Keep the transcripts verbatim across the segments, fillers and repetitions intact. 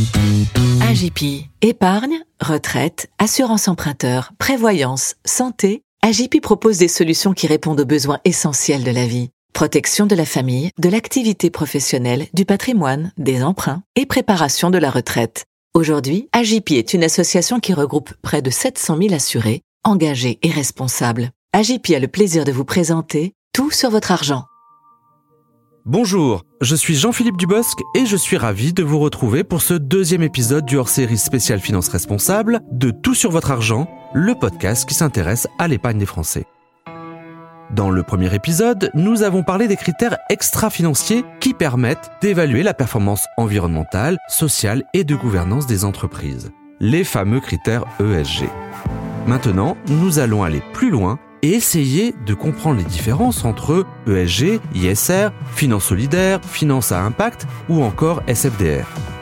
A J P. Épargne, retraite, assurance emprunteur, prévoyance, santé. A J P propose des solutions qui répondent aux besoins essentiels de la vie. Protection de la famille, de l'activité professionnelle, du patrimoine, des emprunts et préparation de la retraite. Aujourd'hui, A J P est une association qui regroupe près de sept cent mille assurés, engagés et responsables. A J P a le plaisir de vous présenter Tout sur votre argent. Bonjour, je suis Jean-Philippe Dubosc et je suis ravi de vous retrouver pour ce deuxième épisode du hors-série spécial Finance Responsable de Tout sur votre argent, le podcast qui s'intéresse à l'épargne des Français. Dans le premier épisode, nous avons parlé des critères extra-financiers qui permettent d'évaluer la performance environnementale, sociale et de gouvernance des entreprises, les fameux critères E S G. Maintenant, nous allons aller plus loin et essayer de comprendre les différences entre E S G, I S R, finance solidaire, finance à impact ou encore S F D R.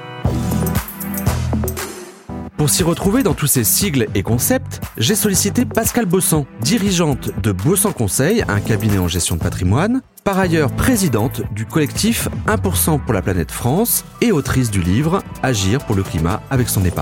Pour s'y retrouver dans tous ces sigles et concepts, j'ai sollicité Pascale Bossan, dirigeante de Bossan Conseil, un cabinet en gestion de patrimoine, par ailleurs présidente du collectif un pour cent pour la planète France et autrice du livre « Agir pour le climat avec son épargne ».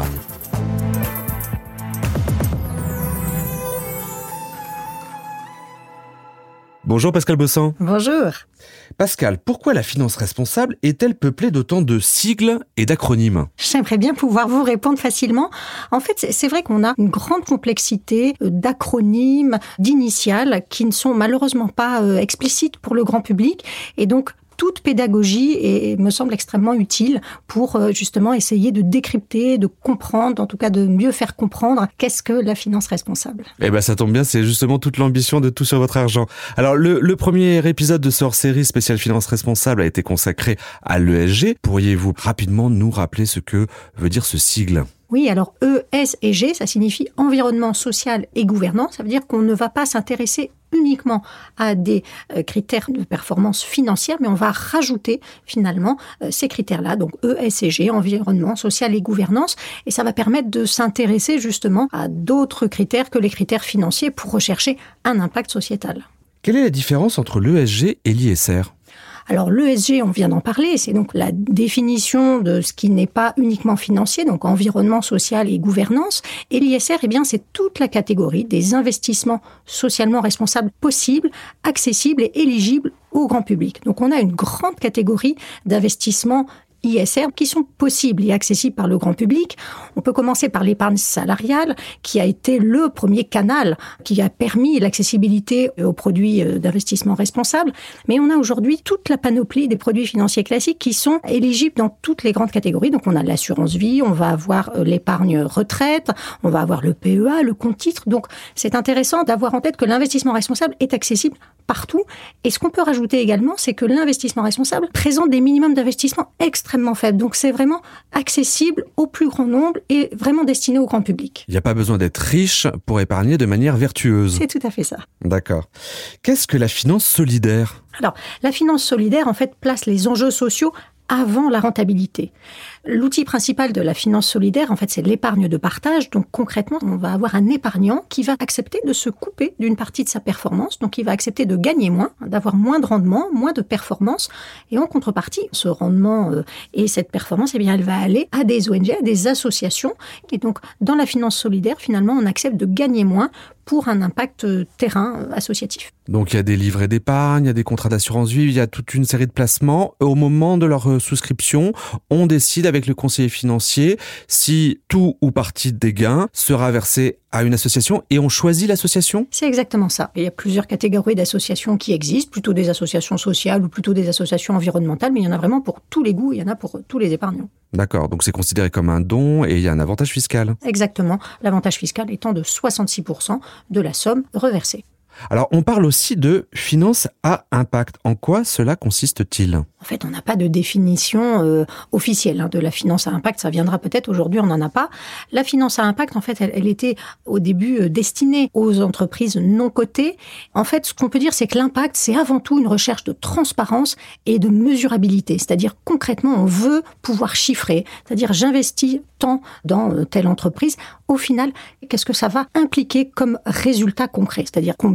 Bonjour Pascale Bossan. Bonjour. Pascale, pourquoi la finance responsable est-elle peuplée d'autant de sigles et d'acronymes ? J'aimerais bien pouvoir vous répondre facilement. En fait, c'est vrai qu'on a une grande complexité d'acronymes, d'initiales qui ne sont malheureusement pas euh, explicites pour le grand public. Et donc, toute pédagogie est, me semble extrêmement utile pour euh, justement essayer de décrypter, de comprendre, en tout cas de mieux faire comprendre qu'est-ce que la finance responsable. Eh ben ça tombe bien, c'est justement toute l'ambition de Tout sur votre argent. Alors le, le premier épisode de ce hors-série spécial finance responsable a été consacré à l'E S G. Pourriez-vous rapidement nous rappeler ce que veut dire ce sigle ? Oui, alors E, S et G, ça signifie environnement, social et gouvernance. Ça veut dire qu'on ne va pas s'intéresser uniquement à des euh, critères de performance financière, mais on va rajouter finalement euh, ces critères-là, donc E, S et G, environnement, social et gouvernance, et ça va permettre de s'intéresser justement à d'autres critères que les critères financiers pour rechercher un impact sociétal. Quelle est la différence entre l'E S G et l'I S R ? Alors l'E S G, on vient d'en parler, c'est donc la définition de ce qui n'est pas uniquement financier, donc environnement, social et gouvernance. Et l'I S R, eh bien, c'est toute la catégorie des investissements socialement responsables possibles, accessibles et éligibles au grand public. Donc on a une grande catégorie d'investissements I S R qui sont possibles et accessibles par le grand public. On peut commencer par l'épargne salariale qui a été le premier canal qui a permis l'accessibilité aux produits d'investissement responsables. Mais on a aujourd'hui toute la panoplie des produits financiers classiques qui sont éligibles dans toutes les grandes catégories. Donc on a l'assurance vie, on va avoir l'épargne retraite, on va avoir le P E A, le compte titre. Donc c'est intéressant d'avoir en tête que l'investissement responsable est accessible partout. Et ce qu'on peut rajouter également, c'est que l'investissement responsable présente des minimums d'investissement extrêmement faibles. Donc c'est vraiment accessible au plus grand nombre et vraiment destiné au grand public. Il n'y a pas besoin d'être riche pour épargner de manière vertueuse. C'est tout à fait ça. D'accord. Qu'est-ce que la finance solidaire ? Alors, la finance solidaire, en fait, place les enjeux sociaux avant la rentabilité. L'outil principal de la finance solidaire, en fait, c'est l'épargne de partage. Donc, concrètement, on va avoir un épargnant qui va accepter de se couper d'une partie de sa performance. Donc, il va accepter de gagner moins, d'avoir moins de rendement, moins de performance. Et en contrepartie, ce rendement euh, et cette performance, eh bien, elle va aller à des O N G, à des associations. Et donc, dans la finance solidaire, finalement, on accepte de gagner moins pour un impact euh, terrain euh, associatif. Donc, il y a des livrets d'épargne, il y a des contrats d'assurance vie, il y a toute une série de placements. Au moment de leur souscription, on décide avec le conseiller financier si tout ou partie des gains sera versé à une association et on choisit l'association ? C'est exactement ça. Il y a plusieurs catégories d'associations qui existent, plutôt des associations sociales ou plutôt des associations environnementales, mais il y en a vraiment pour tous les goûts, il y en a pour tous les épargnants. D'accord, donc c'est considéré comme un don et il y a un avantage fiscal ? Exactement, l'avantage fiscal étant de soixante-six pour cent de la somme reversée. Alors, on parle aussi de finance à impact. En quoi cela consiste-t-il ? En fait, on n'a pas de définition euh, officielle hein, de la finance à impact. Ça viendra peut-être, aujourd'hui, on n'en a pas. La finance à impact, en fait, elle, elle était au début euh, destinée aux entreprises non cotées. En fait, ce qu'on peut dire, c'est que l'impact, c'est avant tout une recherche de transparence et de mesurabilité. C'est-à-dire, concrètement, on veut pouvoir chiffrer. C'est-à-dire, j'investis tant dans euh, telle entreprise. Au final, qu'est-ce que ça va impliquer comme résultat concret ? C'est-à-dire, combien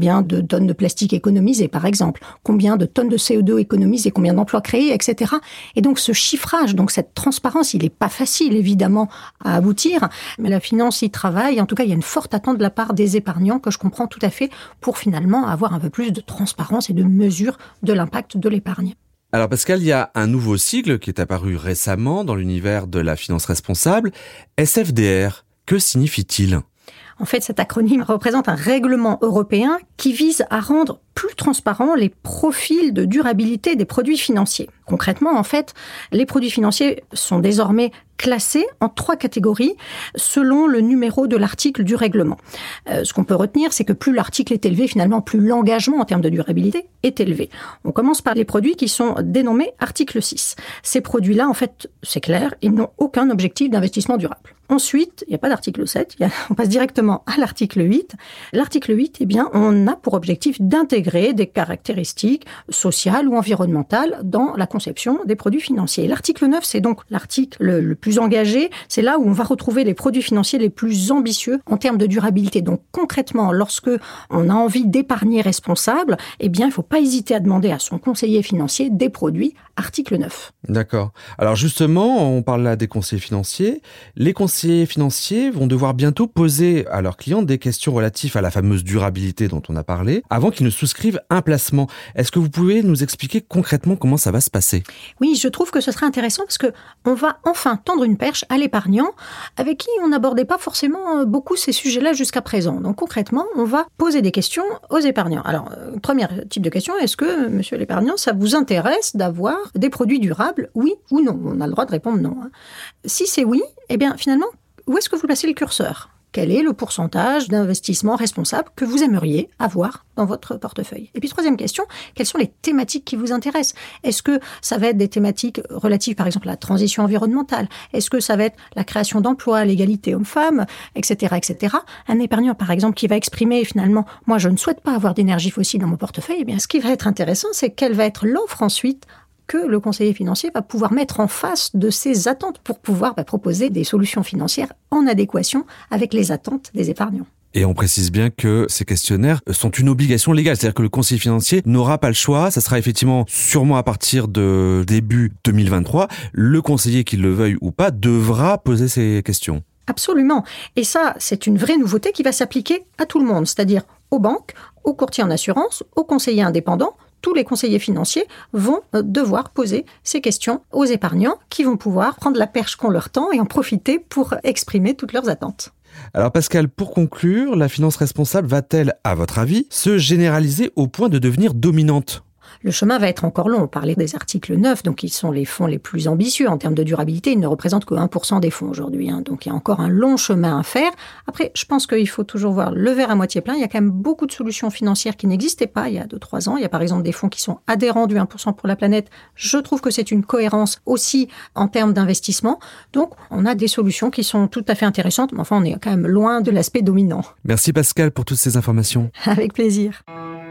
combien de tonnes de plastique économisées, par exemple, combien de tonnes de C O deux économisées, combien d'emplois créés, et cetera. Et donc ce chiffrage, donc cette transparence, il n'est pas facile évidemment à aboutir, mais la finance y travaille. En tout cas, il y a une forte attente de la part des épargnants que je comprends tout à fait pour finalement avoir un peu plus de transparence et de mesure de l'impact de l'épargne. Alors Pascal, il y a un nouveau sigle qui est apparu récemment dans l'univers de la finance responsable, S F D R. Que signifie-t-il ? En fait, cet acronyme représente un règlement européen qui vise à rendre plus transparents les profils de durabilité des produits financiers. Concrètement, en fait, les produits financiers sont désormais classés en trois catégories selon le numéro de l'article du règlement. Euh, ce qu'on peut retenir, c'est que plus l'article est élevé, finalement, plus l'engagement en termes de durabilité est élevé. On commence par les produits qui sont dénommés article six. Ces produits-là, en fait, c'est clair, ils n'ont aucun objectif d'investissement durable. Ensuite, il n'y a pas d'article sept, il y a, on passe directement à l'article huit. L'article huit, eh bien, on a pour objectif d'intégrer des caractéristiques sociales ou environnementales dans la conception des produits financiers. L'article neuf, c'est donc l'article le, le plus engagé. C'est là où on va retrouver les produits financiers les plus ambitieux en termes de durabilité. Donc, concrètement, lorsque on a envie d'épargner responsable, eh bien, il ne faut pas hésiter à demander à son conseiller financier des produits article neuf. D'accord. Alors justement, on parle là des conseillers financiers. Les conseillers financiers vont devoir bientôt poser à leurs clients des questions relatives à la fameuse durabilité dont on a parlé, avant qu'ils ne souscrivent un placement. Est-ce que vous pouvez nous expliquer concrètement comment ça va se passer ? Oui, je trouve que ce serait intéressant parce que on va enfin tendre une perche à l'épargnant avec qui on n'abordait pas forcément beaucoup ces sujets-là jusqu'à présent. Donc concrètement, on va poser des questions aux épargnants. Alors, euh, premier type de question, est-ce que, monsieur l'épargnant, ça vous intéresse d'avoir des produits durables, oui ou non ? On a le droit de répondre non. Hein. Si c'est oui, eh bien finalement, où est-ce que vous placez le curseur ? Quel est le pourcentage d'investissement responsable que vous aimeriez avoir dans votre portefeuille ? Et puis, troisième question, quelles sont les thématiques qui vous intéressent ? Est-ce que ça va être des thématiques relatives, par exemple, à la transition environnementale ? Est-ce que ça va être la création d'emplois, l'égalité homme-femme, et cetera, et cetera. Un épargnant, par exemple, qui va exprimer finalement, moi, je ne souhaite pas avoir d'énergie fossile dans mon portefeuille, eh bien, ce qui va être intéressant, c'est quelle va être l'offre ensuite que le conseiller financier va pouvoir mettre en face de ses attentes pour pouvoir bah, proposer des solutions financières en adéquation avec les attentes des épargnants. Et on précise bien que ces questionnaires sont une obligation légale, c'est-à-dire que le conseiller financier n'aura pas le choix, ça sera effectivement sûrement à partir de début deux mille vingt-trois, le conseiller, qu'il le veuille ou pas, devra poser ces questions. Absolument. Et ça, c'est une vraie nouveauté qui va s'appliquer à tout le monde, c'est-à-dire aux banques, aux courtiers en assurance, aux conseillers indépendants. Tous les conseillers financiers vont devoir poser ces questions aux épargnants qui vont pouvoir prendre la perche qu'on leur tend et en profiter pour exprimer toutes leurs attentes. Alors Pascal, pour conclure, la finance responsable va-t-elle, à votre avis, se généraliser au point de devenir dominante ? Le chemin va être encore long. On parlait des articles neuf, donc ils sont les fonds les plus ambitieux en termes de durabilité. Ils ne représentent que un pour cent des fonds aujourd'hui. Hein. Donc il y a encore un long chemin à faire. Après, je pense qu'il faut toujours voir le verre à moitié plein. Il y a quand même beaucoup de solutions financières qui n'existaient pas il y a deux trois ans. Il y a par exemple des fonds qui sont adhérents du un pour cent pour la planète. Je trouve que c'est une cohérence aussi en termes d'investissement. Donc on a des solutions qui sont tout à fait intéressantes. Mais enfin, on est quand même loin de l'aspect dominant. Merci Pascal pour toutes ces informations. Avec plaisir.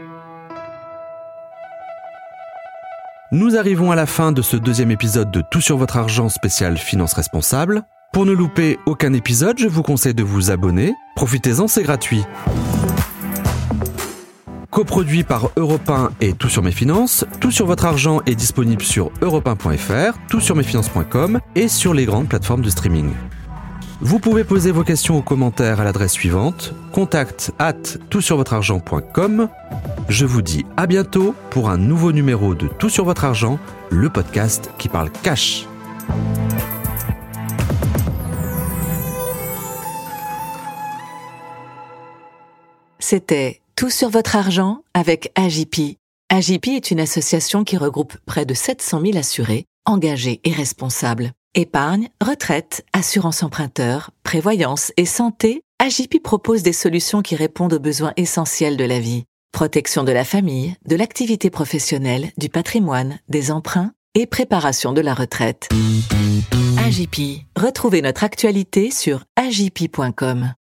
Nous arrivons à la fin de ce deuxième épisode de Tout sur votre argent spécial finance responsable. Pour ne louper aucun épisode, je vous conseille de vous abonner. Profitez-en, c'est gratuit. Coproduit par Europe un et Tout sur mes finances, Tout sur votre argent est disponible sur europe un point f r, tout sur mes finances point com et sur les grandes plateformes de streaming. Vous pouvez poser vos questions aux commentaires à l'adresse suivante, contact arobase tout sur votre argent point com. Je vous dis à bientôt pour un nouveau numéro de Tout sur votre argent, le podcast qui parle cash. C'était Tout sur votre argent avec A J P. A J P est une association qui regroupe près de sept cent mille assurés, engagés et responsables. Épargne, retraite, assurance emprunteur, prévoyance et santé, A J P propose des solutions qui répondent aux besoins essentiels de la vie. Protection de la famille, de l'activité professionnelle, du patrimoine, des emprunts et préparation de la retraite. A J P. Retrouvez notre actualité sur a j p point com.